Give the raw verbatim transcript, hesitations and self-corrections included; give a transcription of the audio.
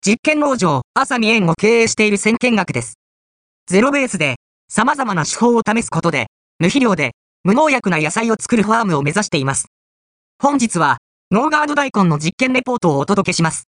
実験農場、朝見園を経営している先見学です。ゼロベースで、様々な手法を試すことで、無肥料で、無農薬な野菜を作るファームを目指しています。本日は、ノーガード大根の実験レポートをお届けします。